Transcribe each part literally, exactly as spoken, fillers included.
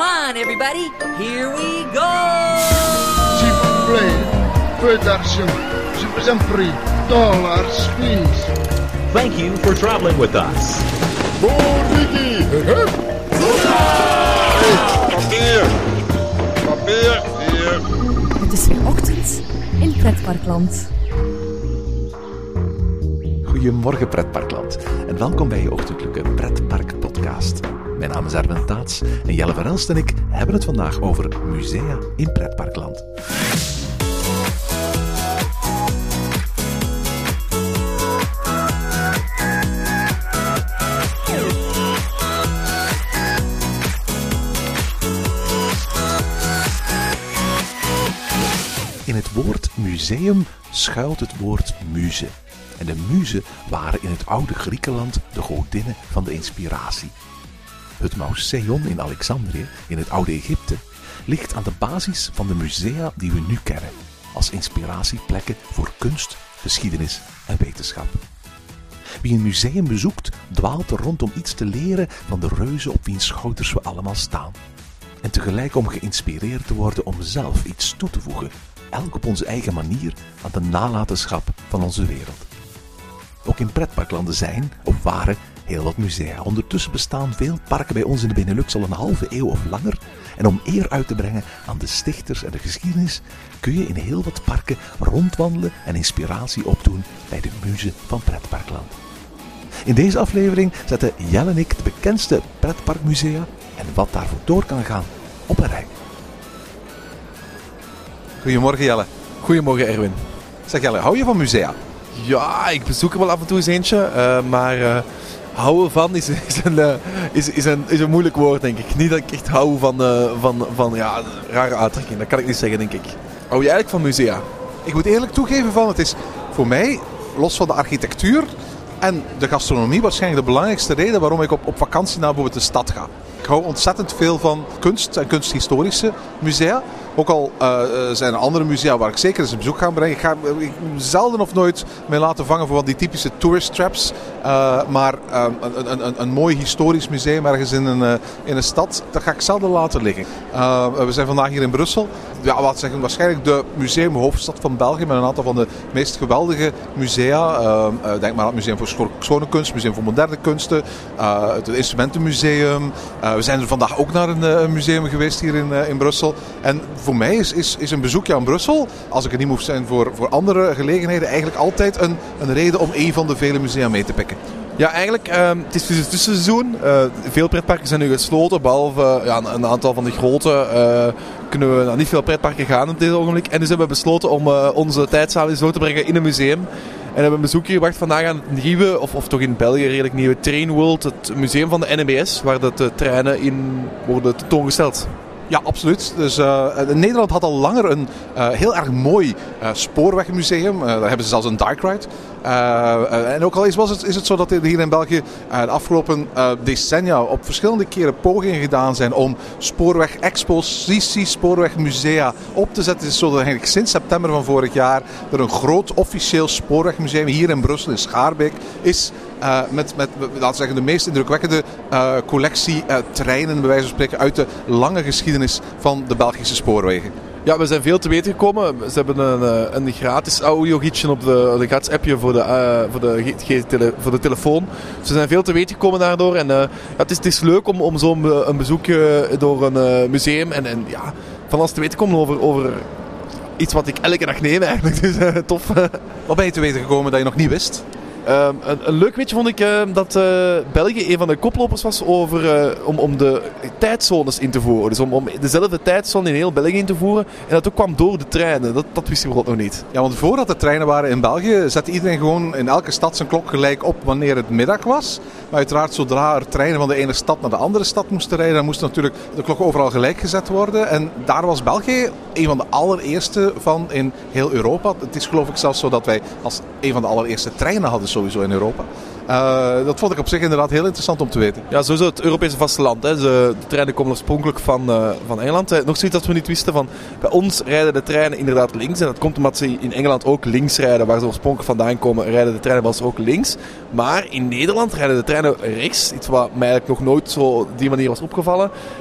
Come on, everybody. Here we go. S'il vous plaît, peu d'argent. Je vous en prie. Dollars, please. Thank you for traveling with us. Borrigi. Papier. Papier. Hier. Het is weer ochtend in Pretparkland. Goedemorgen Pretparkland en welkom bij je ochtendelijke Pretpark podcast. Mijn naam is Erwin Taats en Jelle van Elst en ik hebben het vandaag over musea in Pretparkland. In het woord museum schuilt het woord muze. En de muzen waren in het oude Griekenland de godinnen van de inspiratie. Het Mouseion in Alexandrië, in het oude Egypte, ligt aan de basis van de musea die we nu kennen, als inspiratieplekken voor kunst, geschiedenis en wetenschap. Wie een museum bezoekt, dwaalt er rond om iets te leren van de reuzen op wiens schouders we allemaal staan. En tegelijk om geïnspireerd te worden om zelf iets toe te voegen, elk op onze eigen manier, aan de nalatenschap van onze wereld. Ook in pretparklanden zijn, of waren, heel wat musea. Ondertussen bestaan veel parken bij ons in de Benelux al een halve eeuw of langer. En om eer uit te brengen aan de stichters en de geschiedenis, kun je in heel wat parken rondwandelen en inspiratie opdoen bij de muze van pretparkland. In deze aflevering zetten Jelle en ik de bekendste pretparkmusea en wat daarvoor door kan gaan op een rij. Goedemorgen Jelle. Goedemorgen Erwin. Zeg Jelle, hou je van musea? Ja, ik bezoek er wel af en toe eens eentje, uh, maar uh, houden van is, is, een, uh, is, is, een, is een moeilijk woord, denk ik. Niet dat ik echt hou van, uh, van, van ja, rare uitdrukkingen, dat kan ik niet zeggen, denk ik. Hou je eigenlijk van musea? Ik moet eerlijk toegeven van, het is voor mij, los van de architectuur en de gastronomie, waarschijnlijk de belangrijkste reden waarom ik op, op vakantie naar bijvoorbeeld de stad ga. Ik hou ontzettend veel van kunst en kunsthistorische musea. Ook al uh, zijn er andere musea waar ik zeker eens een bezoek ga brengen. Ik ga ik, zelden of nooit mij laten vangen voor die typische tourist traps. Uh, maar uh, een, een, een, een mooi historisch museum ergens in een, uh, in een stad, dat ga ik zelden laten liggen. Uh, we zijn vandaag hier in Brussel. Ja, wat zeggen, waarschijnlijk de museumhoofdstad van België met een aantal van de meest geweldige musea. Uh, uh, denk maar aan het Museum voor Schone Kunst, het Museum voor Moderne Kunsten, uh, het Instrumentenmuseum. Uh, we zijn er vandaag ook naar een, een museum geweest hier in, uh, in Brussel. En voor mij is, is, is een bezoekje aan Brussel, als ik er niet moet zijn voor, voor andere gelegenheden, eigenlijk altijd een, een reden om een van de vele musea mee te pikken. Ja, eigenlijk, uh, het is dus het tussenseizoen. Uh, veel pretparken zijn nu gesloten, behalve uh, ja, een, een aantal van de grote. Uh, kunnen we naar niet veel pretparken gaan op dit ogenblik. En dus hebben we besloten om uh, onze tijd samen door te brengen in een museum. En hebben een bezoekje gebracht vandaag aan het nieuwe, of, of toch in België redelijk nieuwe Train World, het museum van de N M B S, waar de, de treinen in worden tentoongesteld. Ja, absoluut. Dus, uh, Nederland had al langer een uh, heel erg mooi uh, spoorwegmuseum. Uh, daar hebben ze zelfs een dark ride. Uh, uh, en ook al is, was het, is het zo dat er hier in België uh, de afgelopen uh, decennia op verschillende keren pogingen gedaan zijn om spoorweg-exposities, spoorwegmusea op te zetten. Het is zo dat eigenlijk sinds september van vorig jaar er een groot officieel spoorwegmuseum hier in Brussel, in Schaarbeek, is. Uh, met, met laten we zeggen, de meest indrukwekkende uh, collectie uh, treinen, bij wijze van spreken, uit de lange geschiedenis van de Belgische spoorwegen. Ja, we zijn veel te weten gekomen. Ze hebben een, een gratis audiogietje op de, de gratis appje voor de, uh, voor, de, tele, voor de telefoon. Dus we zijn veel te weten gekomen daardoor. En uh, ja, het, is, het is leuk om, om zo'n een bezoekje door een uh, museum en, en ja, van alles te weten komen over, over iets wat ik elke dag neem eigenlijk. Dus uh, tof. Wat ben je te weten gekomen dat je nog niet wist? Uh, een, een leuk weetje vond ik uh, dat uh, België een van de koplopers was over, uh, om, om de tijdzones in te voeren. Dus om, om dezelfde tijdzone in heel België in te voeren. En dat ook kwam door de treinen. Dat, dat wist ik bijvoorbeeld nog niet. Ja, want voordat er treinen waren in België, zette iedereen gewoon in elke stad zijn klok gelijk op wanneer het middag was. Maar uiteraard, zodra er treinen van de ene stad naar de andere stad moesten rijden, dan moest natuurlijk de klok overal gelijk gezet worden. En daar was België een van de allereerste van in heel Europa. Het is geloof ik zelfs zo dat wij als een van de allereerste treinen hadden sowieso in Europa. Uh, dat vond ik op zich inderdaad heel interessant om te weten. Ja, sowieso het Europese vasteland. Hè. De, de treinen komen oorspronkelijk van, uh, van Engeland. Hè. Nog zoiets dat we niet wisten. Van, bij ons rijden de treinen inderdaad links. En dat komt omdat ze in Engeland ook links rijden. Waar ze oorspronkelijk vandaan komen, rijden de treinen wel eens ook links. Maar in Nederland rijden de treinen rechts. Iets wat mij eigenlijk nog nooit zo op die manier was opgevallen.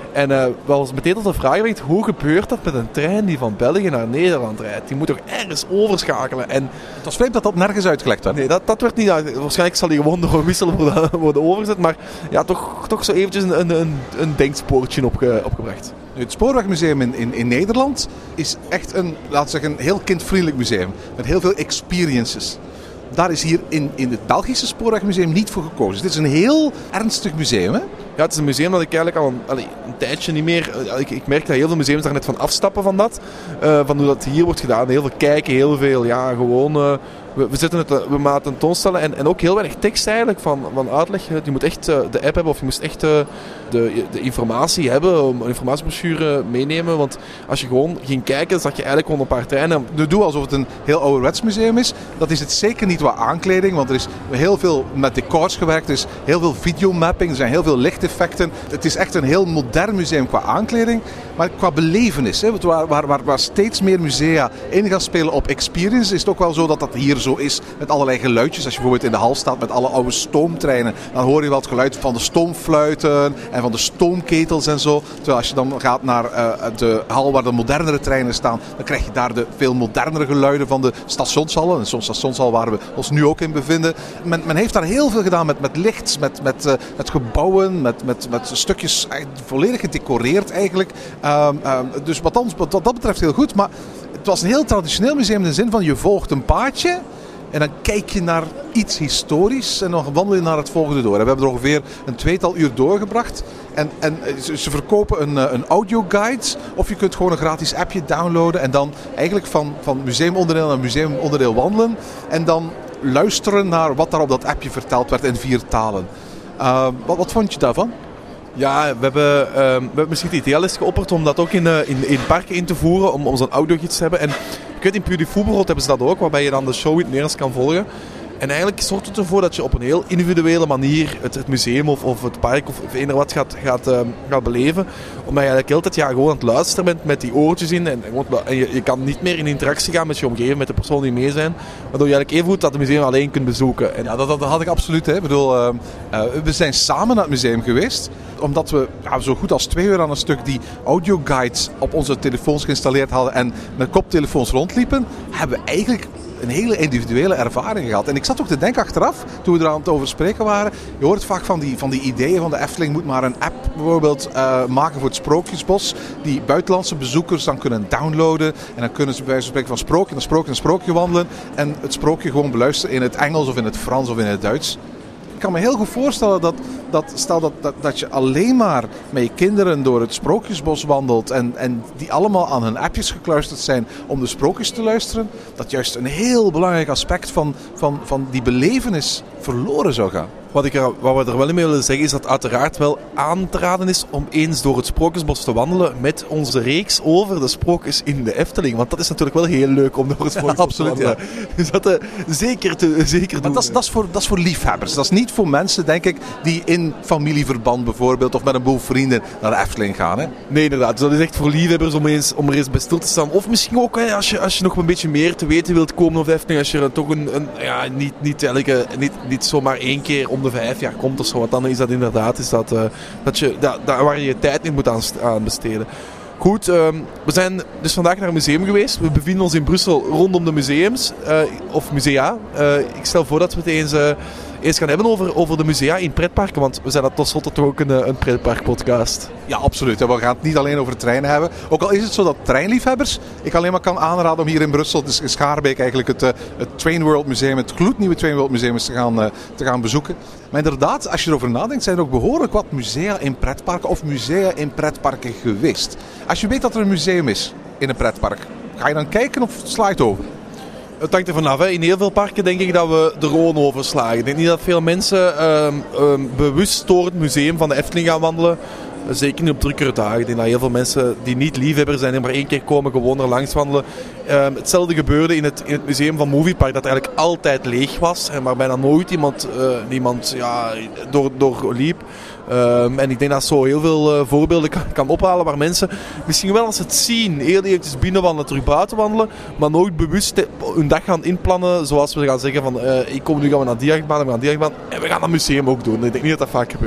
En uh, wel eens meteen tot de vraag brengt, hoe gebeurt dat met een trein die van België naar Nederland rijdt? Die moet toch ergens overschakelen? En het was vreemd dat dat nergens uitgelegd werd. Nee, dat, dat werd niet uit. Waarschijnlijk zal die gewoon door een wissel worden, worden overgezet. Maar ja, toch, toch zo eventjes een, een, een denkspoortje opge, opgebracht. Het Spoorwegmuseum in, in, in Nederland is echt een, laten we zeggen, een heel kindvriendelijk museum. Met heel veel experiences. Daar is hier in, in het Belgische Spoorwegmuseum niet voor gekozen. Dit is een heel ernstig museum, hè? Ja, het is een museum dat ik eigenlijk al een, allee, een tijdje niet meer... Ik, ik merk dat heel veel museums daar net van afstappen van dat. Uh, van hoe dat hier wordt gedaan. Heel veel kijken, heel veel, ja, gewoon... Uh, we, we zitten het, we maken tentoonstellen en, en ook heel weinig tekst eigenlijk van, van uitleg. Je moet echt uh, de app hebben of je moest echt uh, de, de informatie hebben, om een informatiebrochure meenemen. Want als je gewoon ging kijken, dan zag je eigenlijk gewoon een paar treinen. Nu doe alsof het een heel ouderwets museum is. Dat is het zeker niet qua aankleding, want er is heel veel met decors gewerkt. Er is heel veel videomapping, er zijn heel veel lichteffecten. Het is echt een heel modern museum qua aankleding. Maar qua belevenis, hè, waar, waar, waar, waar steeds meer musea in gaan spelen op experience, is het ook wel zo dat dat hier zo is met allerlei geluidjes. Als je bijvoorbeeld in de hal staat met alle oude stoomtreinen, dan hoor je wel het geluid van de stoomfluiten en van de stoomketels en zo. Terwijl als je dan gaat naar uh, de hal waar de modernere treinen staan, dan krijg je daar de veel modernere geluiden van de stationshallen. En zo'n stationshal waar we ons nu ook in bevinden. Men, men heeft daar heel veel gedaan met, met licht, met, met, uh, met gebouwen, met, met, met stukjes volledig gedecoreerd eigenlijk. Um, um, dus wat, ons, wat dat betreft heel goed. Maar het was een heel traditioneel museum in de zin van je volgt een paadje en dan kijk je naar iets historisch en dan wandel je naar het volgende door. En we hebben er ongeveer een tweetal uur doorgebracht. En, en ze verkopen een, een audioguide of je kunt gewoon een gratis appje downloaden en dan eigenlijk van, van museumonderdeel naar museumonderdeel wandelen en dan luisteren naar wat daar op dat appje verteld werd in vier talen. Uh, wat, wat vond je daarvan? Ja, we hebben, uh, we hebben misschien het idee al eens geopperd om dat ook in, uh, in, in parken in te voeren, om, om zo'n audiogids te hebben. En ik weet, in Puy du Fou bijvoorbeeld hebben ze dat ook, waarbij je dan de show in het Nederlands kan volgen. En eigenlijk zorgt het ervoor dat je op een heel individuele manier het, het museum of, of het park of, of eender wat gaat, gaat, uh, gaat beleven. Omdat je eigenlijk heel tijd ja, gewoon aan het luisteren bent met die oortjes in. En, en je, je kan niet meer in interactie gaan met je omgeving, met de personen die mee zijn. Waardoor je eigenlijk even goed dat het museum alleen kunt bezoeken. En ja, dat, dat had ik absoluut. Hè. Ik bedoel, uh, uh, we zijn samen naar het museum geweest. Omdat we ja, zo goed als twee uur aan een stuk die audioguides op onze telefoons geïnstalleerd hadden. En met koptelefoons rondliepen, hebben we eigenlijk een hele individuele ervaring gehad. En ik zat ook te denken achteraf, toen we er aan het over spreken waren. Je hoort vaak van die, van die ideeën van de Efteling moet maar een app bijvoorbeeld uh, maken voor het Sprookjesbos. Die buitenlandse bezoekers dan kunnen downloaden. En dan kunnen ze bij wijze van spreken van sprookje naar sprookje naar sprookje wandelen. En het sprookje gewoon beluisteren in het Engels of in het Frans of in het Duits. Ik kan me heel goed voorstellen dat, dat stel dat, dat, dat je alleen maar met je kinderen door het Sprookjesbos wandelt en, en die allemaal aan hun appjes gekluisterd zijn om de sprookjes te luisteren, dat juist een heel belangrijk aspect van, van, van die belevenis verloren zou gaan. Wat, ik er, wat we er wel in mee willen zeggen is dat het uiteraard wel aan te raden is om eens door het Sprookjesbos te wandelen met onze reeks over de sprookjes in de Efteling. Want dat is natuurlijk wel heel leuk om door het Sprookjesbos ja, absoluut, te wandelen. Ja. Dus dat uh, zeker, te, zeker doen. Dat is, dat, is voor, dat is voor liefhebbers. Dat is niet voor mensen, denk ik, die in familieverband bijvoorbeeld of met een boel vrienden naar de Efteling gaan. Hè? Nee, inderdaad. Dus dat is echt voor liefhebbers om, eens, om er eens bij stil te staan. Of misschien ook hè, als, je, als je nog een beetje meer te weten wilt komen over de Efteling. Als je er toch een, een ja, niet, niet, elke, niet, niet zomaar één keer om de vijf jaar komt of zo. Want dan is dat inderdaad is dat, uh, dat je, dat, dat, waar je je tijd niet moet aan, aan besteden. Goed, um, we zijn dus vandaag naar een museum geweest. We bevinden ons in Brussel rondom de museums, uh, of musea. Uh, ik stel voor dat we het eens, uh, eens gaan hebben over, over de musea in pretparken, want we zijn dat tot slot toch ook een, een pretparkpodcast. Ja, absoluut. En we gaan het niet alleen over treinen hebben. Ook al is het zo dat treinliefhebbers, ik alleen maar kan aanraden om hier in Brussel, dus in Schaarbeek eigenlijk het, uh, het Train World Museum, het gloednieuwe Train World Museum te gaan, uh, te gaan bezoeken. Maar inderdaad, als je erover nadenkt, zijn er ook behoorlijk wat musea in pretparken of musea in pretparken geweest. Als je weet dat er een museum is in een pretpark, ga je dan kijken of sla je het over? Het hangt er vanaf. Hè. In heel veel parken denk ik dat we er gewoon overslagen. Ik denk niet dat veel mensen um, um, bewust door het museum van de Efteling gaan wandelen. Zeker niet op drukkere dagen. Ik denk dat heel veel mensen die niet liefhebber zijn en maar één keer komen gewoon er langs wandelen. Um, hetzelfde gebeurde in het, in het museum van Moviepark, dat eigenlijk altijd leeg was. En waar bijna nooit iemand, uh, iemand ja, door, door liep. Um, en ik denk dat zo heel veel uh, voorbeelden kan, kan ophalen waar mensen misschien wel als ze het zien, heel eventjes binnenwandelen, terug buiten wandelen, maar nooit bewust hun dag gaan inplannen, zoals we gaan zeggen van uh, ik kom nu gaan we naar die achtbaan, we gaan die achtbaan en we gaan dat museum ook doen. Ik denk niet dat dat vaak gebeurt.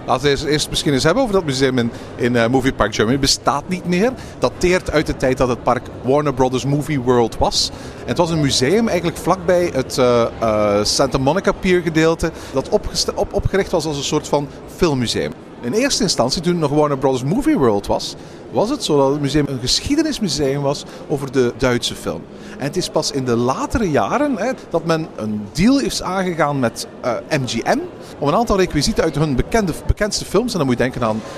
Laten we het eerst misschien eens hebben over dat museum in, in uh, Movie Park Germany. Het bestaat niet meer. Dateert uit de tijd dat het park Warner Brothers Movie World was. En het was een museum eigenlijk vlakbij het uh, uh, Santa Monica Pier gedeelte. Dat opgest- op, opgericht was als een soort van filmmuseum. In eerste instantie, toen het nog Warner Brothers Movie World was, was het zo dat het museum een geschiedenismuseum was over de Duitse film. En het is pas in de latere jaren hè, dat men een deal is aangegaan met uh, M G M om een aantal requisieten uit hun bekende, bekendste films, en dan moet je denken aan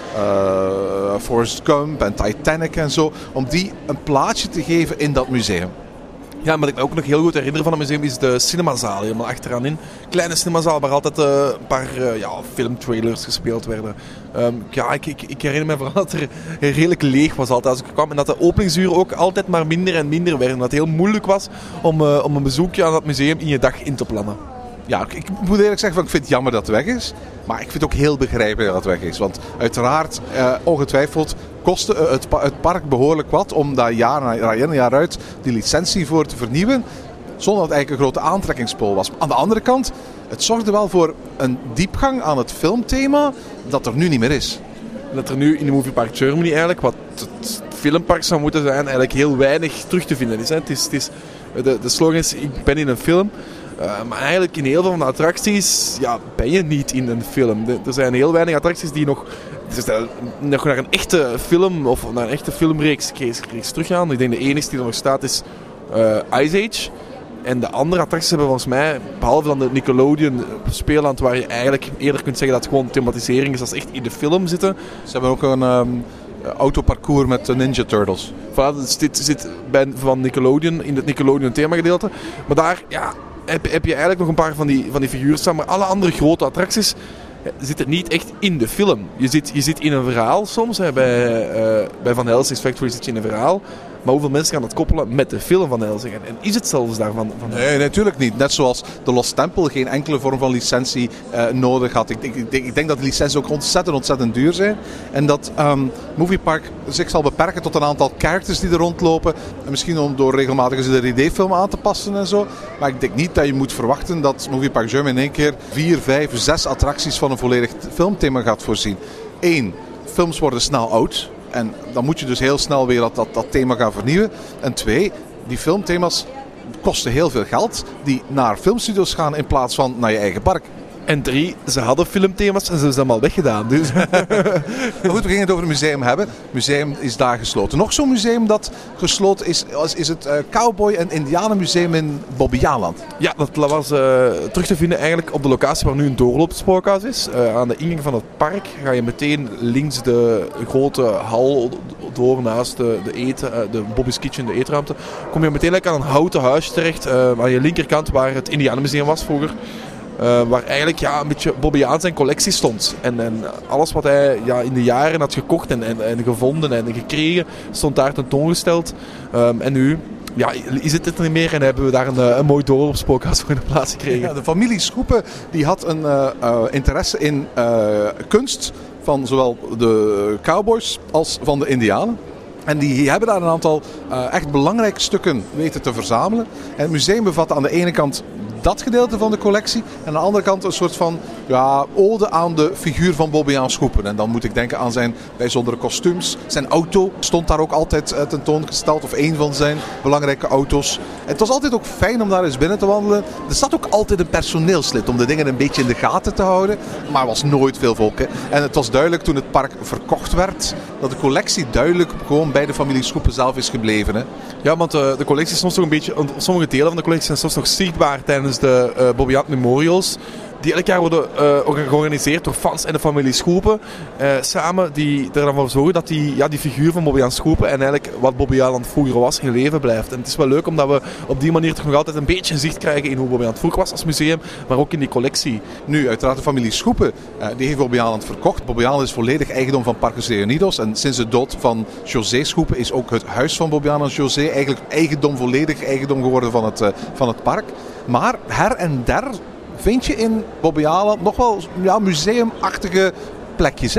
uh, Forrest Gump en Titanic en zo, om die een plaatsje te geven in dat museum. Ja, wat ik me ook nog heel goed herinner van het museum is de cinemazaal, helemaal achteraan in. Kleine cinemazaal waar altijd uh, een paar uh, ja, filmtrailers gespeeld werden. Um, ja, ik, ik, ik herinner me vooral dat er redelijk leeg was altijd als ik kwam. En dat de openingsuren ook altijd maar minder en minder werden. Dat het heel moeilijk was om, uh, om een bezoekje aan dat museum in je dag in te plannen. Ja, ik moet eerlijk zeggen, van, ik vind het jammer dat het weg is. Maar ik vind het ook heel begrijpelijk dat het weg is. Want uiteraard, uh, ongetwijfeld, kostte uh, het, pa- het park behoorlijk wat om daar jaar na jaar in jaar uit die licentie voor te vernieuwen. Zonder dat het eigenlijk een grote aantrekkingspool was. Aan de andere kant, het zorgde wel voor een diepgang aan het filmthema dat er nu niet meer is. Dat er nu in de Movie Park Germany eigenlijk, wat het filmpark zou moeten zijn, eigenlijk heel weinig terug te vinden is. Hè. Het is, het is de, de slogan is, ik ben in een film. Uh, maar eigenlijk in heel veel van de attracties ja, ben je niet in een film. De, er zijn heel weinig attracties die nog, dus dat, nog naar een echte film of naar een echte filmreeks reeks, reeks teruggaan. Ik denk de enige die er nog staat is uh, Ice Age. En de andere attracties hebben volgens mij, behalve dan de Nickelodeon speelland, waar je eigenlijk eerder kunt zeggen dat het gewoon thematisering is als echt in de film zitten. Ze hebben ook een um, autoparcours met de Ninja Turtles. Voilà, dus dit zit bij, van Nickelodeon in het Nickelodeon themagedeelte. Maar daar ja, heb, heb je eigenlijk nog een paar van die, van die figuren staan. Maar alle andere grote attracties zitten niet echt in de film. Je zit, je zit in een verhaal soms. Hè. Bij, uh, bij Van Helsing's Factory zit je in een verhaal. Maar hoeveel mensen gaan dat koppelen met de film van Helsing? En is het zelfs daarvan? Van nee, natuurlijk niet. Net zoals de Lost Temple geen enkele vorm van licentie uh, nodig had. Ik, ik, ik, denk, ik denk dat de licenties ook ontzettend, ontzettend duur zijn. En dat um, Movie Park zich zal beperken tot een aantal characters die er rondlopen. En misschien om door regelmatig eens de drie D-film aan te passen en zo. Maar ik denk niet dat je moet verwachten dat Movie Park Germany in één keer vier, vijf, zes attracties van een volledig filmthema gaat voorzien. Eén, films worden snel oud. En dan moet je dus heel snel weer dat, dat, dat thema gaan vernieuwen. En twee, die filmthema's kosten heel veel geld die naar filmstudios gaan in plaats van naar je eigen park. En drie, ze hadden filmthema's en ze hebben ze allemaal weggedaan. Dus. Maar goed, we gingen het over het museum hebben. Het museum is daar gesloten. Nog zo'n museum dat gesloten is, is het uh, Cowboy- en Indianenmuseum in Bobbejaanland. Ja, dat was uh, terug te vinden eigenlijk op de locatie waar nu een doorloopspookhuis is. Uh, aan de ingang van het park ga je meteen links de grote hal door naast de, de, eten, uh, de Bobby's Kitchen, de eetruimte. Kom je meteen like, aan een houten huisje terecht uh, aan je linkerkant waar het Indianenmuseum was vroeger. Uh, waar eigenlijk ja, een beetje Bobby aan zijn collectie stond. En, en alles wat hij ja, in de jaren had gekocht en, en, en gevonden en gekregen, stond daar tentoongesteld. Um, en nu ja, is het het niet meer en hebben we daar een, een mooi doorloopspookhuis voor in de plaats gekregen. Ja, de familie Schoepen die had een uh, uh, interesse in uh, kunst van zowel de cowboys als van de Indianen. En die hebben daar een aantal uh, echt belangrijke stukken weten te verzamelen. En het museum bevat aan de ene kant dat gedeelte van de collectie. En aan de andere kant een soort van ja, ode aan de figuur van Bobbejaan Schoepen. En dan moet ik denken aan zijn bijzondere kostuums. Zijn auto stond daar ook altijd uh, tentoongesteld. Of een van zijn belangrijke auto's. En het was altijd ook fijn om daar eens binnen te wandelen. Er zat ook altijd een personeelslid om de dingen een beetje in de gaten te houden. Maar er was nooit veel volk. Hè. En het was duidelijk toen het park verkocht werd, dat de collectie duidelijk gewoon bij de familie Schoepen zelf is gebleven. Hè. Ja, want uh, de collectie is soms nog een beetje, sommige delen van de collectie zijn soms nog zichtbaar tijdens de uh, Bobbejaand Memorials. Die elk jaar worden uh, georganiseerd door fans en de familie Schoepen. Uh, samen die er dan voor zorgen dat die, ja, die figuur van Bobbejaan Schoepen en eigenlijk wat Bobbejaanland vroeger was, in leven blijft. En het is wel leuk omdat we op die manier toch nog altijd een beetje zicht krijgen in hoe Bobbejaanland vroeger was als museum, maar ook in die collectie. Nu, uiteraard de familie Schoepen, uh, die heeft Bobbejaanland verkocht. Bobbejaanland is volledig eigendom van Parques Reunidos. En sinds de dood van José Schoepen is ook het huis van Bobbejaanland José eigenlijk eigendom, volledig eigendom geworden van het, uh, van het park. Maar her en der vind je in Bobbejaanland nog wel ja, museumachtige plekjes, hè?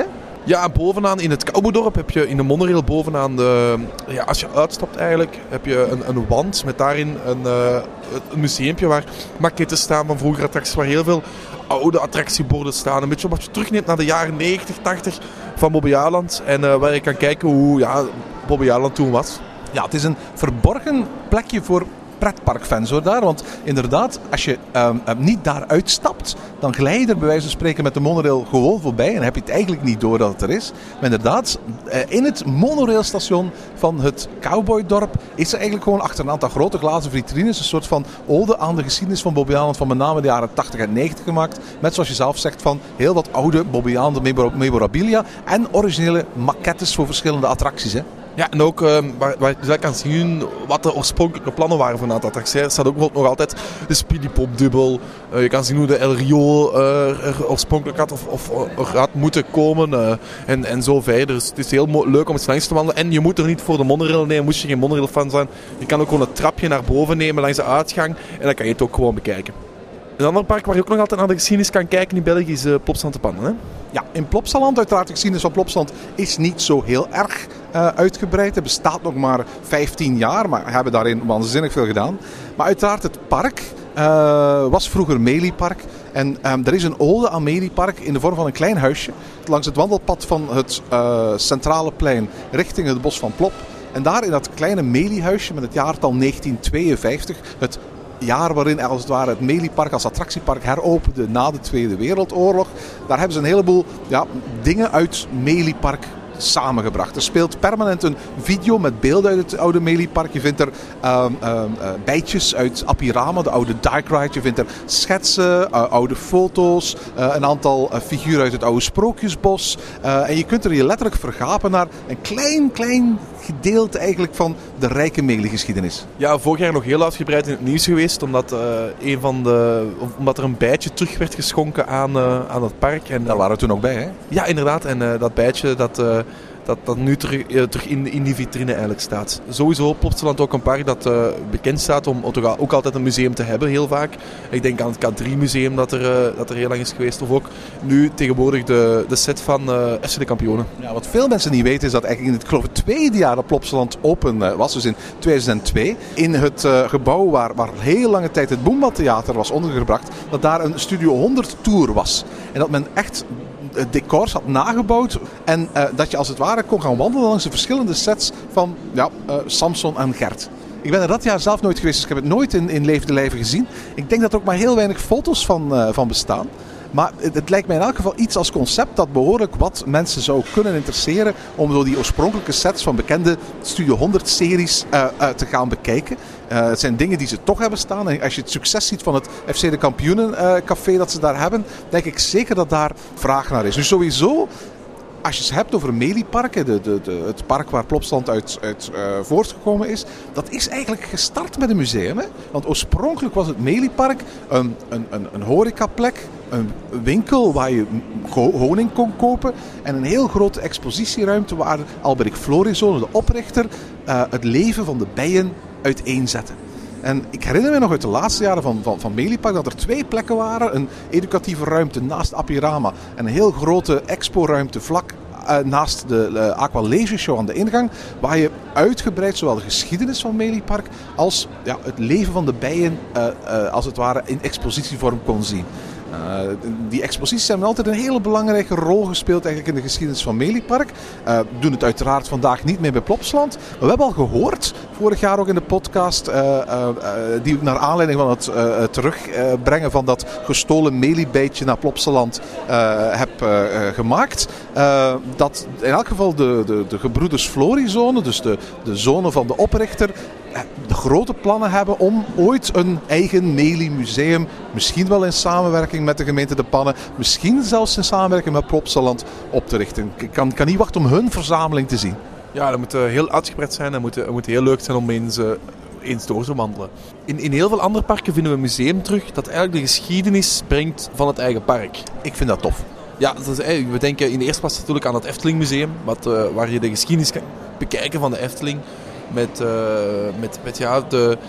Ja, bovenaan in het Cowboydorp heb je in de monorail bovenaan de... Ja, als je uitstapt eigenlijk, heb je een, een wand met daarin een, uh, een museumpje waar maquettes staan van vroegere attracties, waar heel veel oude attractieborden staan. Een beetje wat je terugneemt naar de jaren negentig, tachtig van Bobbejaanland. En uh, waar je kan kijken hoe ja, Bobbejaanland toen was. Ja, het is een verborgen plekje voor pretparkfans hoor daar. Want inderdaad, als je um, niet daar uitstapt, dan glij je er bij wijze van spreken met de monorail gewoon voorbij. En heb je het eigenlijk niet door dat het er is. Maar inderdaad, in het monorailstation van het Cowboydorp is er eigenlijk gewoon achter een aantal grote glazen vitrines een soort van ode aan de geschiedenis van Bobbejaanland van met name de jaren tachtig en negentig gemaakt. Met zoals je zelf zegt van heel wat oude Bobbejaanland memorabilia en originele maquettes voor verschillende attracties. Hè. Ja, en ook uh, waar, waar je kan zien wat de oorspronkelijke plannen waren van een aantal attracties. Er staat ook bijvoorbeeld nog altijd de Speedy Pop dubbel. Uh, je kan zien hoe de El Rio uh, er oorspronkelijk had of, of er had moeten komen. Uh, en, en zo verder. Dus het is heel mo- leuk om het langs te wandelen. En je moet er niet voor de monorail nemen, moest je geen monorail fan zijn. Je kan ook gewoon het trapje naar boven nemen langs de uitgang. En dan kan je het ook gewoon bekijken. Een ander park waar je ook nog altijd naar de geschiedenis kan kijken in België is uh, Plopsaland te Pannen. Hè? Ja, in Plopsaland, uiteraard de geschiedenis van Plopsaland is niet zo heel erg uh, uitgebreid. Het bestaat nog maar vijftien jaar, maar we hebben daarin waanzinnig veel gedaan. Maar uiteraard het park uh, was vroeger Meliepark. En um, er is een ode aan Meliepark in de vorm van een klein huisje langs het wandelpad van het uh, centrale plein richting het bos van Plop. En daar in dat kleine Meliehuisje met het jaartal negentien tweeënvijftig, het jaar waarin als het ware het Meliepark als attractiepark heropende na de Tweede Wereldoorlog. Daar hebben ze een heleboel ja, dingen uit Meliepark samengebracht. Er speelt permanent een video met beelden uit het oude Meliepark. Je vindt er um, um, uh, bijtjes uit Apirama, de oude Dyke Ride. Je vindt er schetsen, uh, oude foto's, uh, een aantal uh, figuren uit het oude Sprookjesbos. Uh, en je kunt er je letterlijk vergapen naar een klein, klein gedeelte eigenlijk van de rijke Melie-geschiedenis. Ja, vorig jaar nog heel uitgebreid in het nieuws geweest, omdat, uh, een van de, omdat er een bijtje terug werd geschonken aan, uh, aan het park. En, daar waren we toen ook bij, hè? Ja, inderdaad. En uh, dat bijtje dat... Uh, Dat, dat nu terug, uh, terug in, in die vitrine eigenlijk staat. Sowieso Plopsaland ook een park dat uh, bekend staat om ook, ook altijd een museum te hebben, heel vaak. Ik denk aan het K drie museum dat er, uh, dat er heel lang is geweest. Of ook nu tegenwoordig de, de set van uh, F C de Kampioenen. Ja, wat veel mensen niet weten is dat eigenlijk in het, ik geloof, het tweede jaar dat Plopsaland open uh, was, dus in tweeduizend twee, in het uh, gebouw waar, waar heel lange tijd het Boomba Theater was ondergebracht, dat daar een Studio honderd tour was. En dat men echt decors had nagebouwd en uh, dat je als het ware kon gaan wandelen langs de verschillende sets van ja, uh, Samson en Gert. Ik ben er dat jaar zelf nooit geweest, dus ik heb het nooit in, in levende lijve gezien. Ik denk dat er ook maar heel weinig foto's van, uh, van bestaan. Maar het, het lijkt mij in elk geval iets als concept dat behoorlijk wat mensen zou kunnen interesseren om zo die oorspronkelijke sets van bekende Studio honderd series uh, uh, te gaan bekijken. Uh, het zijn dingen die ze toch hebben staan. En als je het succes ziet van het F C de Kampioenen uh, café dat ze daar hebben, denk ik zeker dat daar vraag naar is. Dus sowieso, als je het hebt over Meliepark, de, de, de, het park waar Plopsaland uit, uit uh, voortgekomen is, dat is eigenlijk gestart met een museum. Hè? Want oorspronkelijk was het Meliepark een, een, een, een horecaplek, een winkel waar je honing kon kopen en een heel grote expositieruimte waar Alberic Florizone, de oprichter, uh, het leven van de bijen uiteenzette. En ik herinner me nog uit de laatste jaren van, van, van Meliepark dat er twee plekken waren. Een educatieve ruimte naast Apirama en een heel grote expo-ruimte vlak uh, naast de uh, Aqua Leisure Show aan de ingang. Waar je uitgebreid zowel de geschiedenis van Meliepark als ja, het leven van de bijen uh, uh, als het ware in expositievorm kon zien. Uh, die exposities hebben altijd een hele belangrijke rol gespeeld eigenlijk in de geschiedenis van Meliepark. Uh, we doen het uiteraard vandaag niet meer bij Plopsaland. Maar we hebben al gehoord, vorig jaar ook in de podcast, uh, uh, uh, die naar aanleiding van het uh, terugbrengen uh, van dat gestolen Meliebijtje naar Plopsaland uh, heb uh, uh, gemaakt. Uh, dat in elk geval de, de, de gebroeders Florizone, dus de, de zonen van de oprichter, de grote plannen hebben om ooit een eigen Melie-museum, misschien wel in samenwerking met de gemeente De Pannen, misschien zelfs in samenwerking met Plopsaland op te richten. Ik kan, kan niet wachten om hun verzameling te zien. Ja, dat moet uh, heel uitgebreid zijn en moet, uh, moet heel leuk zijn om eens, uh, eens door te wandelen. In, in heel veel andere parken vinden we een museum terug dat eigenlijk de geschiedenis brengt van het eigen park. Ik vind dat tof. Ja, dat is, we denken in de eerste plaats natuurlijk aan het Efteling Museum, wat, uh, waar je de geschiedenis kan bekijken van de Efteling. Met, uh, met, met ja, de,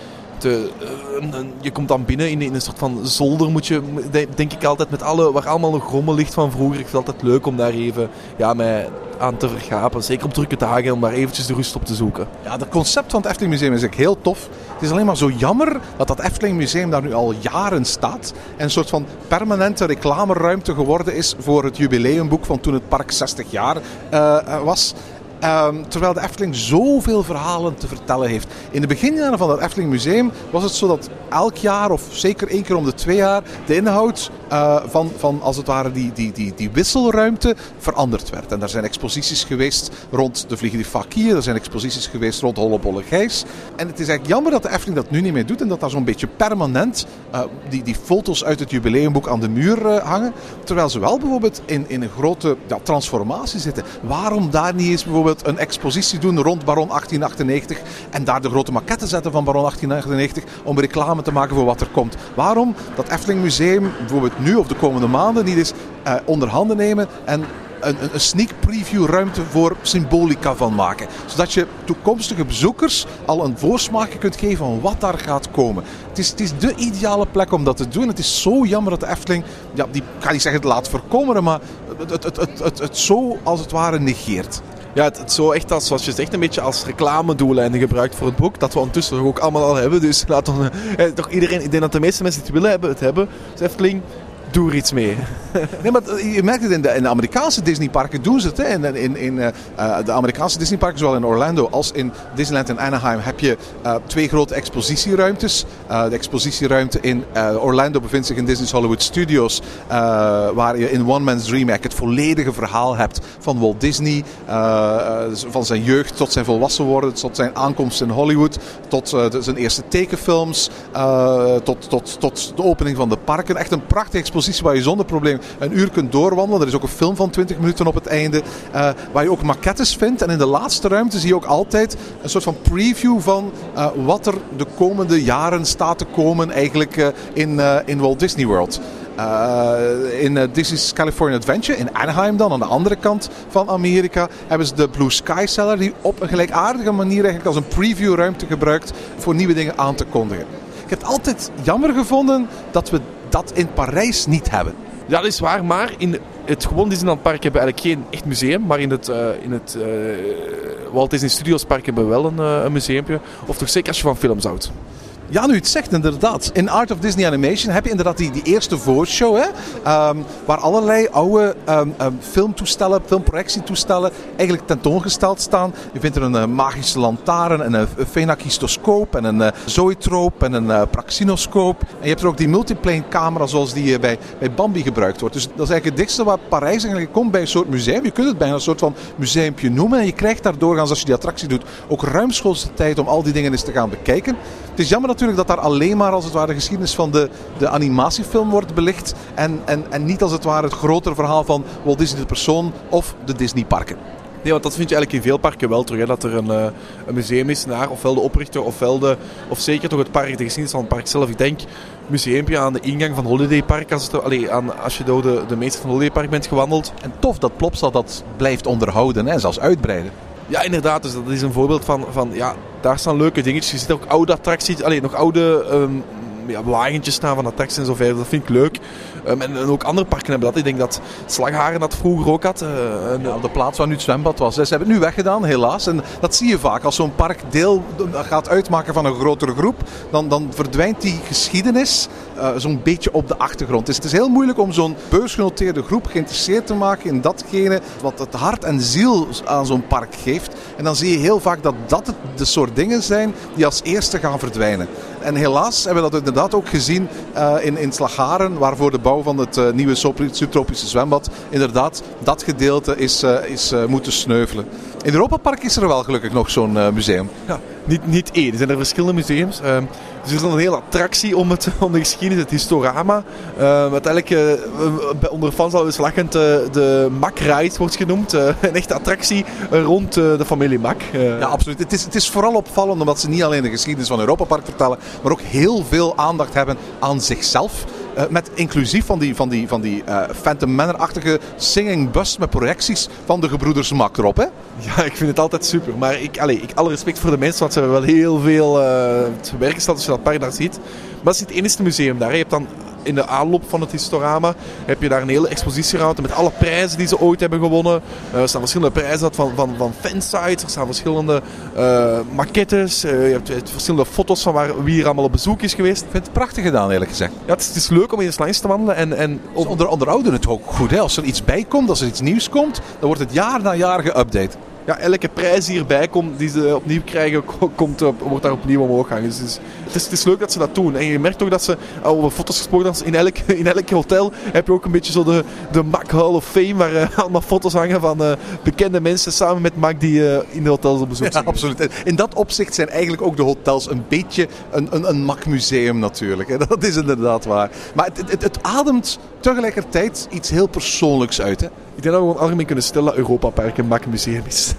te, uh, je komt dan binnen in, in een soort van zolder, moet je, denk ik altijd, met alle, waar allemaal nog rommel ligt van vroeger. Ik vind het altijd leuk om daar even ja, mij aan te vergapen. Zeker op drukke dagen, om daar eventjes de rust op te zoeken. Ja, het concept van het Efteling Museum is eigenlijk heel tof. Het is alleen maar zo jammer dat dat Efteling Museum daar nu al jaren staat. En een soort van permanente reclameruimte geworden is voor het jubileumboek van toen het park zestig jaar uh, was. Um, terwijl de Efteling zoveel verhalen te vertellen heeft. In de beginjaren van het Efteling Museum was het zo dat elk jaar, of zeker één keer om de twee jaar, de inhoud uh, van, van als het ware die, die, die, die wisselruimte veranderd werd. En daar zijn exposities geweest rond de Vliegende Fakir, er zijn exposities geweest rond Hollebolle Gijs. En het is eigenlijk jammer dat de Efteling dat nu niet meer doet en dat daar zo'n beetje permanent uh, die, die foto's uit het jubileumboek aan de muur uh, hangen. Terwijl ze wel bijvoorbeeld in, in een grote ja, transformatie zitten. Waarom daar niet eens bijvoorbeeld een expositie doen rond Baron achttien achtennegentig en daar de grote maquette zetten van Baron achttien achtennegentig om reclame te maken voor wat er komt. Waarom dat Efteling Museum bijvoorbeeld nu of de komende maanden niet eens uh, onder handen nemen en een, een sneak preview ruimte voor Symbolica van maken. Zodat je toekomstige bezoekers al een voorsmaakje kunt geven van wat daar gaat komen. Het is, het is de ideale plek om dat te doen. Het is zo jammer dat de Efteling, ja, die, ik ga niet zeggen het laat verkommeren, maar het, het, het, het, het, het zo als het ware negeert. Ja, het, het zo echt als, zoals je zegt, een beetje als reclamedoeleinden gebruikt voor het boek. Dat we ondertussen ook allemaal al hebben. Dus laat ons, eh, toch iedereen, ik denk dat de meeste mensen die het willen hebben, het hebben. Dus Efteling, doe er iets mee. Nee, maar je merkt het in de, in de Amerikaanse Disneyparken doen ze het. Hè. In, in, in uh, de Amerikaanse Disneyparken, zowel in Orlando als in Disneyland en Anaheim, heb je uh, twee grote expositieruimtes. Uh, de expositieruimte in uh, Orlando bevindt zich in Disney's Hollywood Studios, uh, waar je in One Man's Dream eigenlijk het volledige verhaal hebt van Walt Disney, uh, van zijn jeugd tot zijn volwassen worden, tot zijn aankomst in Hollywood, tot uh, de, zijn eerste tekenfilms, uh, tot, tot, tot de opening van de parken. Echt een prachtige expositie waar je zonder probleem een uur kunt doorwandelen. Er is ook een film van twintig minuten op het einde, uh, waar je ook maquettes vindt. En in de laatste ruimte zie je ook altijd een soort van preview van uh, wat er de komende jaren staat te komen eigenlijk uh, in, uh, in Walt Disney World. Uh, in uh, Disney's California Adventure, in Anaheim dan, aan de andere kant van Amerika, hebben ze de Blue Sky Cellar, die op een gelijkaardige manier eigenlijk als een previewruimte gebruikt voor nieuwe dingen aan te kondigen. Ik heb het altijd jammer gevonden dat we dat in Parijs niet hebben. Ja, dat is waar, maar in het gewoon Disneyland Park hebben we eigenlijk geen echt museum, maar in het, uh, in het uh, Walt Disney Studios Park hebben we wel een, uh, een museumpje. Of toch zeker als je van films houdt. Ja, nu het zegt inderdaad. In Art of Disney Animation heb je inderdaad die, die eerste voorshow, hè, um, waar allerlei oude um, um, filmtoestellen, filmprojectietoestellen eigenlijk tentoongesteld staan. Je vindt er een uh, magische lantaarn en een phenakistoscoop en een uh, zoetroop en een uh, praxinoscoop. En je hebt er ook die multiplane camera zoals die uh, bij, bij Bambi gebruikt wordt. Dus dat is eigenlijk het dichtste waar Parijs eigenlijk komt bij een soort museum. Je kunt het bijna een soort van museumpje noemen. En je krijgt daar doorgaans, als je die attractie doet, ook ruimschoots de tijd om al die dingen eens te gaan bekijken. Het is jammer natuurlijk dat daar alleen maar als het ware de geschiedenis van de, de animatiefilm wordt belicht. En, en, en niet als het ware het grotere verhaal van Walt Disney de persoon of de Disneyparken. Nee, want dat vind je eigenlijk in veel parken wel terug. Hè, dat er een, uh, een museum is naar ofwel de oprichter ofwel de, of zeker toch het park, de geschiedenis van het park zelf. Ik denk museumpje aan de ingang van Holiday Park als, het, allee, aan, als je door de, de meester van Holiday Park bent gewandeld. En tof dat Plopsa dat blijft onderhouden en zelfs uitbreiden. Ja, inderdaad. Dus dat is een voorbeeld van, van ja, daar staan leuke dingetjes. Je ziet ook oude attracties, allee, nog oude um, ja, wagentjes staan van attracties en zo verder. Dat vind ik leuk. Um, en, en ook andere parken hebben dat. Ik denk dat Slagharen dat vroeger ook had. Uh, en, ja, op de plaats waar nu het zwembad was. Ze hebben het nu weggedaan, helaas. En dat zie je vaak. Als zo'n park deel gaat uitmaken van een grotere groep, dan, dan verdwijnt die geschiedenis uh, zo'n beetje op de achtergrond. Dus het is heel moeilijk om zo'n beursgenoteerde groep geïnteresseerd te maken in datgene wat het hart en ziel aan zo'n park geeft. En dan zie je heel vaak dat dat het, de soort dingen zijn die als eerste gaan verdwijnen. En helaas hebben we dat inderdaad ook gezien uh, in, in Slagharen, waarvoor de bouw van het uh, nieuwe subtropische zwembad inderdaad dat gedeelte is, uh, is uh, moeten sneuvelen. In Europa Park is er wel gelukkig nog zo'n uh, museum. Ja, niet, niet één. Er zijn er verschillende museums. Uh, dus er is een hele attractie om, het, om de geschiedenis, het Historama. Uh, uiteindelijk, uh, onder fans al eens lachend, uh, de Mack Ride wordt genoemd. Uh, een echte attractie uh, rond uh, de familie Mack. Uh, ja, absoluut. Het is, het is vooral opvallend omdat ze niet alleen de geschiedenis van Europa Park vertellen, maar ook heel veel aandacht hebben aan zichzelf. Uh, met inclusief van die, van die, van die uh, Phantom Manor-achtige singing bus met projecties van de gebroeders Mack erop, hè? Ja, ik vind het altijd super. Maar ik, allez, ik alle respect voor de mensen, want ze hebben wel heel veel uh, te werken gesteld als je dat park daar ziet. Maar dat is niet het enige museum daar. Je hebt dan in de aanloop van het Historama heb je daar een hele expositieruimte met alle prijzen die ze ooit hebben gewonnen. Uh, er staan verschillende prijzen van, van, van fansites, er staan verschillende uh, maquettes, uh, je hebt, je hebt verschillende foto's van waar, wie hier allemaal op bezoek is geweest. Ik vind het prachtig gedaan, eerlijk gezegd. Ja, het is, het is leuk om eens langs te wandelen. En, en Ze onder, onderhouden het ook goed, hè? Als er iets bij komt, als er iets nieuws komt, dan wordt het jaar na jaar geüpdate. Ja, elke prijs die erbij komt, die ze opnieuw krijgen, komt, wordt daar opnieuw omhoog gehangen. Dus het is, het, is, het is leuk dat ze dat doen. En je merkt ook dat ze, over foto's gesproken, dat in elk, in elk hotel heb je ook een beetje zo de, de Mack Hall of Fame, waar uh, allemaal foto's hangen van uh, bekende mensen samen met Mack die uh, in de hotels op bezoek zijn. Ja, absoluut. In dat opzicht zijn eigenlijk ook de hotels een beetje een, een, een Mack-museum natuurlijk. Hè. Dat is inderdaad waar. Maar het, het, het ademt tegelijkertijd iets heel persoonlijks uit, hè. Ik denk dat we gewoon algemeen kunnen stellen dat Europa Park een Mack-museum is.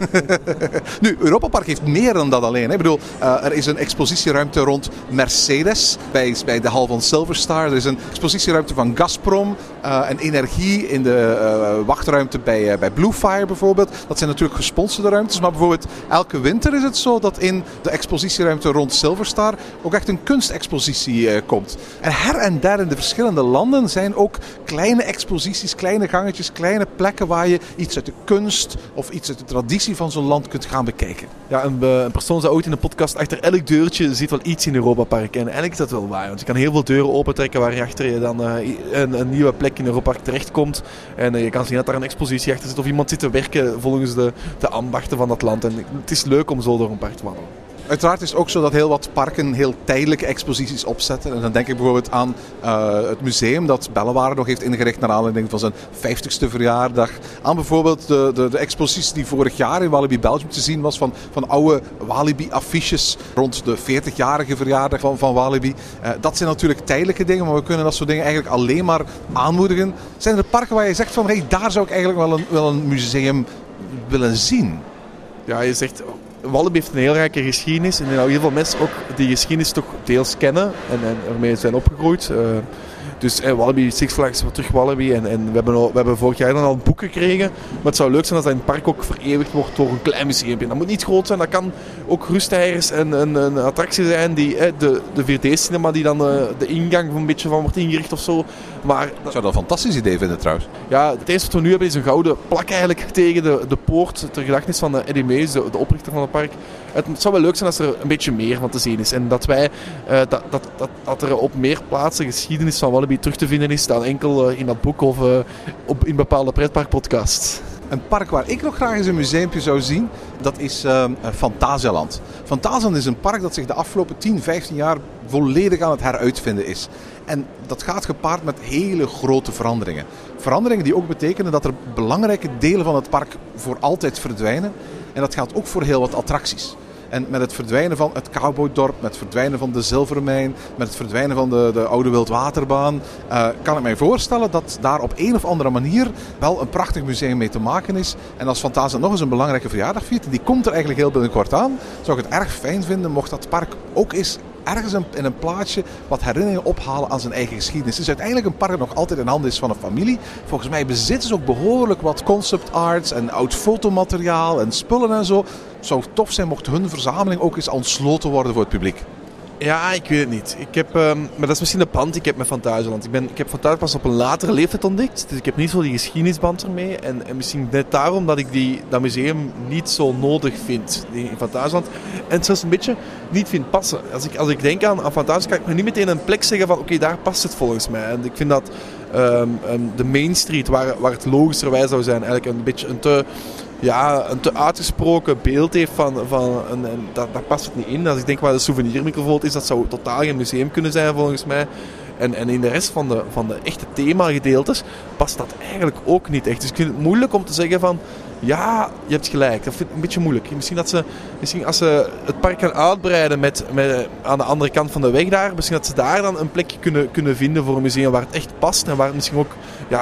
Nu, Europa Park heeft meer dan dat alleen. Hè. Ik bedoel, uh, er is een expositieruimte rond Mercedes bij, bij de hal van Silverstar. Er is een expositieruimte van Gazprom. Uh, en energie in de uh, wachtruimte bij, uh, bij Bluefire bijvoorbeeld. Dat zijn natuurlijk gesponsorde ruimtes. Maar bijvoorbeeld elke winter is het zo dat in de expositieruimte rond Silverstar ook echt een kunstexpositie uh, komt. En her en der in de verschillende landen zijn ook kleine exposities, kleine gangetjes, kleine plekken waar je iets uit de kunst of iets uit de traditie van zo'n land kunt gaan bekijken. Ja, een, een persoon zei ooit in een podcast, achter elk deurtje zit wel iets in Europa Park. En eigenlijk is dat wel waar, want je kan heel veel deuren opentrekken waar je achter je dan uh, een, een nieuwe plek in Europa Park terechtkomt. En uh, je kan zien dat daar een expositie achter zit of iemand zit te werken volgens de, de ambachten van dat land. En het is leuk om zo door een park te wandelen. Uiteraard is het ook zo dat heel wat parken heel tijdelijke exposities opzetten. En dan denk ik bijvoorbeeld aan uh, het museum dat Bellewaarde nog heeft ingericht naar aanleiding van zijn vijftigste verjaardag. Aan bijvoorbeeld de, de, de expositie die vorig jaar in Walibi Belgium te zien was van, van oude Walibi-affiches rond de veertigjarige verjaardag van, van Walibi. Uh, dat zijn natuurlijk tijdelijke dingen, maar we kunnen dat soort dingen eigenlijk alleen maar aanmoedigen. Zijn er parken waar je zegt van, hey, daar zou ik eigenlijk wel een, wel een museum willen zien? Ja, je zegt... Walibi heeft een heel rijke geschiedenis en heel veel mensen ook die geschiedenis toch deels kennen en, en ermee zijn opgegroeid. Uh, dus eh, Walibi, Six Flags, weer terug Walibi en, en we, hebben al, we hebben vorig jaar dan al een boek gekregen. Maar het zou leuk zijn als dat in het park ook vereeuwigd wordt door een klein museum. Dat moet niet groot zijn, dat kan ook rusttijgers en een, een attractie zijn. Die, eh, de, de vier D-cinema die dan uh, de ingang een beetje van wordt ingericht of zo. Maar, ik zou dat een fantastisch idee vinden trouwens. Ja, het eerste wat we nu hebben is een gouden plak eigenlijk tegen de, de poort ter gedachtenis van Eddie Mees, de, de oprichter van het park. Het zou wel leuk zijn als er een beetje meer van te zien is. En dat, wij, uh, dat, dat, dat, dat er op meer plaatsen geschiedenis van Walibi terug te vinden is dan enkel uh, in dat boek of uh, op, in bepaalde pretparkpodcasts. Een park waar ik nog graag eens een museumpje zou zien, dat is uh, Phantasialand. Phantasialand is een park dat zich de afgelopen tien, vijftien jaar volledig aan het heruitvinden is. En dat gaat gepaard met hele grote veranderingen. Veranderingen die ook betekenen dat er belangrijke delen van het park voor altijd verdwijnen. En dat geldt ook voor heel wat attracties. En met het verdwijnen van het cowboydorp, met het verdwijnen van de zilvermijn, met het verdwijnen van de, de oude wildwaterbaan, uh, kan ik mij voorstellen dat daar op een of andere manier wel een prachtig museum mee te maken is. En als Phantasialand nog eens een belangrijke verjaardag viert, en die komt er eigenlijk heel binnenkort aan, zou ik het erg fijn vinden mocht dat park ook eens ergens in een plaatsje wat herinneringen ophalen aan zijn eigen geschiedenis. Het is uiteindelijk een park dat nog altijd in handen is van een familie. Volgens mij bezitten ze ook behoorlijk wat concept arts en oud fotomateriaal en spullen en zo. Het zou tof zijn mocht hun verzameling ook eens ontsloten worden voor het publiek. Ja, ik weet het niet. Ik heb, um, maar dat is misschien de band die ik heb met Phantasialand. Ik, ben, ik heb Phantasialand pas op een latere leeftijd ontdekt. Dus ik heb niet zo die geschiedenisband ermee. En, en misschien net daarom dat ik die, dat museum niet zo nodig vind in Phantasialand. En het zelfs een beetje niet vind passen. Als ik, als ik denk aan, aan Phantasialand kan ik me niet meteen een plek zeggen van oké, okay, daar past het volgens mij. En ik vind dat um, um, de Main Street, waar, waar het logischerwijs zou zijn, eigenlijk een beetje een te... Ja, een te uitgesproken beeld heeft van, van een, een, dat, daar past het niet in. Als ik denk waar de souvenirmicrofoon is, dat zou totaal geen museum kunnen zijn volgens mij. En, en in de rest van de, van de echte themagedeeltes past dat eigenlijk ook niet echt. Dus ik vind het moeilijk om te zeggen van, ja, je hebt gelijk. Dat vind ik een beetje moeilijk. Misschien, dat ze, misschien als ze het park gaan uitbreiden met, met, aan de andere kant van de weg daar, misschien dat ze daar dan een plekje kunnen, kunnen vinden voor een museum waar het echt past en waar het misschien ook ja,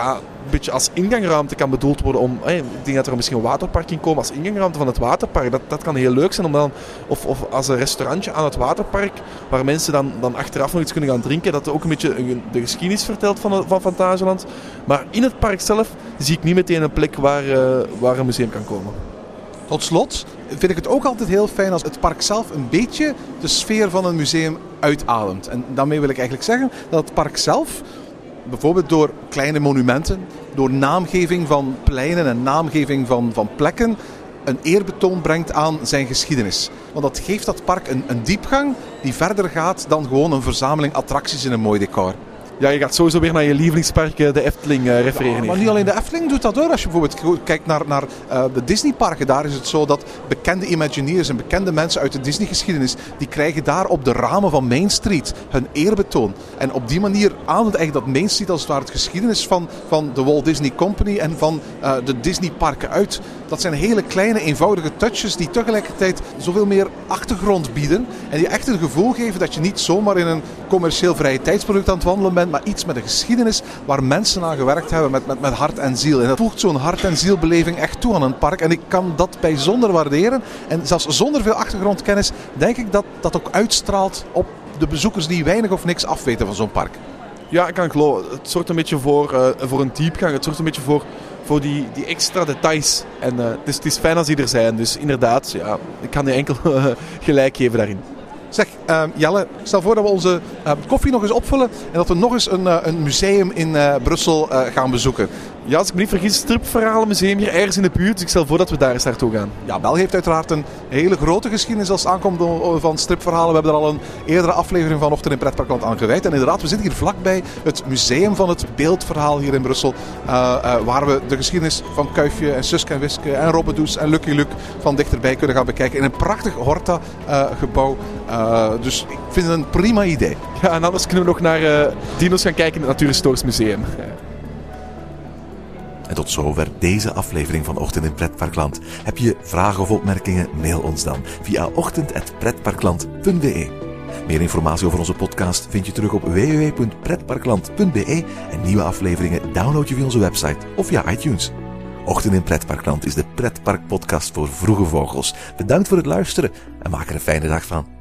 beetje als ingangruimte kan bedoeld worden om... Hey, ik denk dat er misschien een waterpark in komt als ingangruimte van het waterpark. Dat, dat kan heel leuk zijn om dan... Of, of als een restaurantje aan het waterpark, waar mensen dan, dan achteraf nog iets kunnen gaan drinken, dat ook een beetje een, de geschiedenis vertelt van, van Fantasieland. Maar in het park zelf zie ik niet meteen een plek waar, uh, waar een museum kan komen. Tot slot vind ik het ook altijd heel fijn als het park zelf een beetje de sfeer van een museum uitademt. En daarmee wil ik eigenlijk zeggen dat het park zelf, bijvoorbeeld door kleine monumenten, door naamgeving van pleinen en naamgeving van, van plekken, een eerbetoon brengt aan zijn geschiedenis. Want dat geeft dat park een, een diepgang die verder gaat dan gewoon een verzameling attracties in een mooi decor. Ja, je gaat sowieso weer naar je lievelingspark, de Efteling, uh, refereren. Ja, maar niet alleen de Efteling doet dat hoor. Als je bijvoorbeeld kijkt naar, naar uh, de Disneyparken, daar is het zo dat bekende Imagineers en bekende mensen uit de Disney-geschiedenis, die krijgen daar op de ramen van Main Street hun eerbetoon. En op die manier ademt eigenlijk dat Main Street als het ware het geschiedenis van, van de Walt Disney Company en van uh, de Disneyparken uit. Dat zijn hele kleine, eenvoudige touches die tegelijkertijd zoveel meer achtergrond bieden en die echt het gevoel geven dat je niet zomaar in een commercieel vrije tijdsproduct aan het wandelen bent, maar iets met een geschiedenis waar mensen aan gewerkt hebben met, met, met hart en ziel. En dat voegt zo'n hart- en zielbeleving echt toe aan een park. En ik kan dat bijzonder waarderen. En zelfs zonder veel achtergrondkennis denk ik dat dat ook uitstraalt op de bezoekers die weinig of niks afweten van zo'n park. Ja, ik kan geloven. Het zorgt een beetje voor, uh, voor een diepgang. Het zorgt een beetje voor, voor die, die extra details. En uh, het, is, het is fijn als die er zijn. Dus inderdaad, ja, ik kan je enkel uh, gelijk geven daarin. Zeg, uh, Jelle, stel voor dat we onze uh, koffie nog eens opvullen en dat we nog eens een, uh, een museum in uh, Brussel uh, gaan bezoeken. Ja, als ik me niet vergis, stripverhalenmuseum hier ergens in de buurt. Dus ik stel voor dat we daar eens naartoe gaan. Ja, België heeft uiteraard een hele grote geschiedenis als het aankomt van stripverhalen. We hebben er al een eerdere aflevering van Ochtend in Pretparkland aan gewijd. En inderdaad, we zitten hier vlakbij het museum van het beeldverhaal hier in Brussel. Uh, uh, waar we de geschiedenis van Kuifje en Suske en Wiske en Robbedoes en Lucky Luke van dichterbij kunnen gaan bekijken. In een prachtig Horta-gebouw. Uh, uh, dus ik vind het een prima idee. Ja, en anders kunnen we nog naar uh, dino's gaan kijken in het Natuurhistorisch Museum. Ja. En tot zover deze aflevering van Ochtend in Pretparkland. Heb je vragen of opmerkingen? Mail ons dan via ochtend apenstaartje pretparkland punt b e. Meer informatie over onze podcast vind je terug op w w w punt pretparkland punt b e en nieuwe afleveringen download je via onze website of via iTunes. Ochtend in Pretparkland is de pretparkpodcast voor vroege vogels. Bedankt voor het luisteren en maak er een fijne dag van.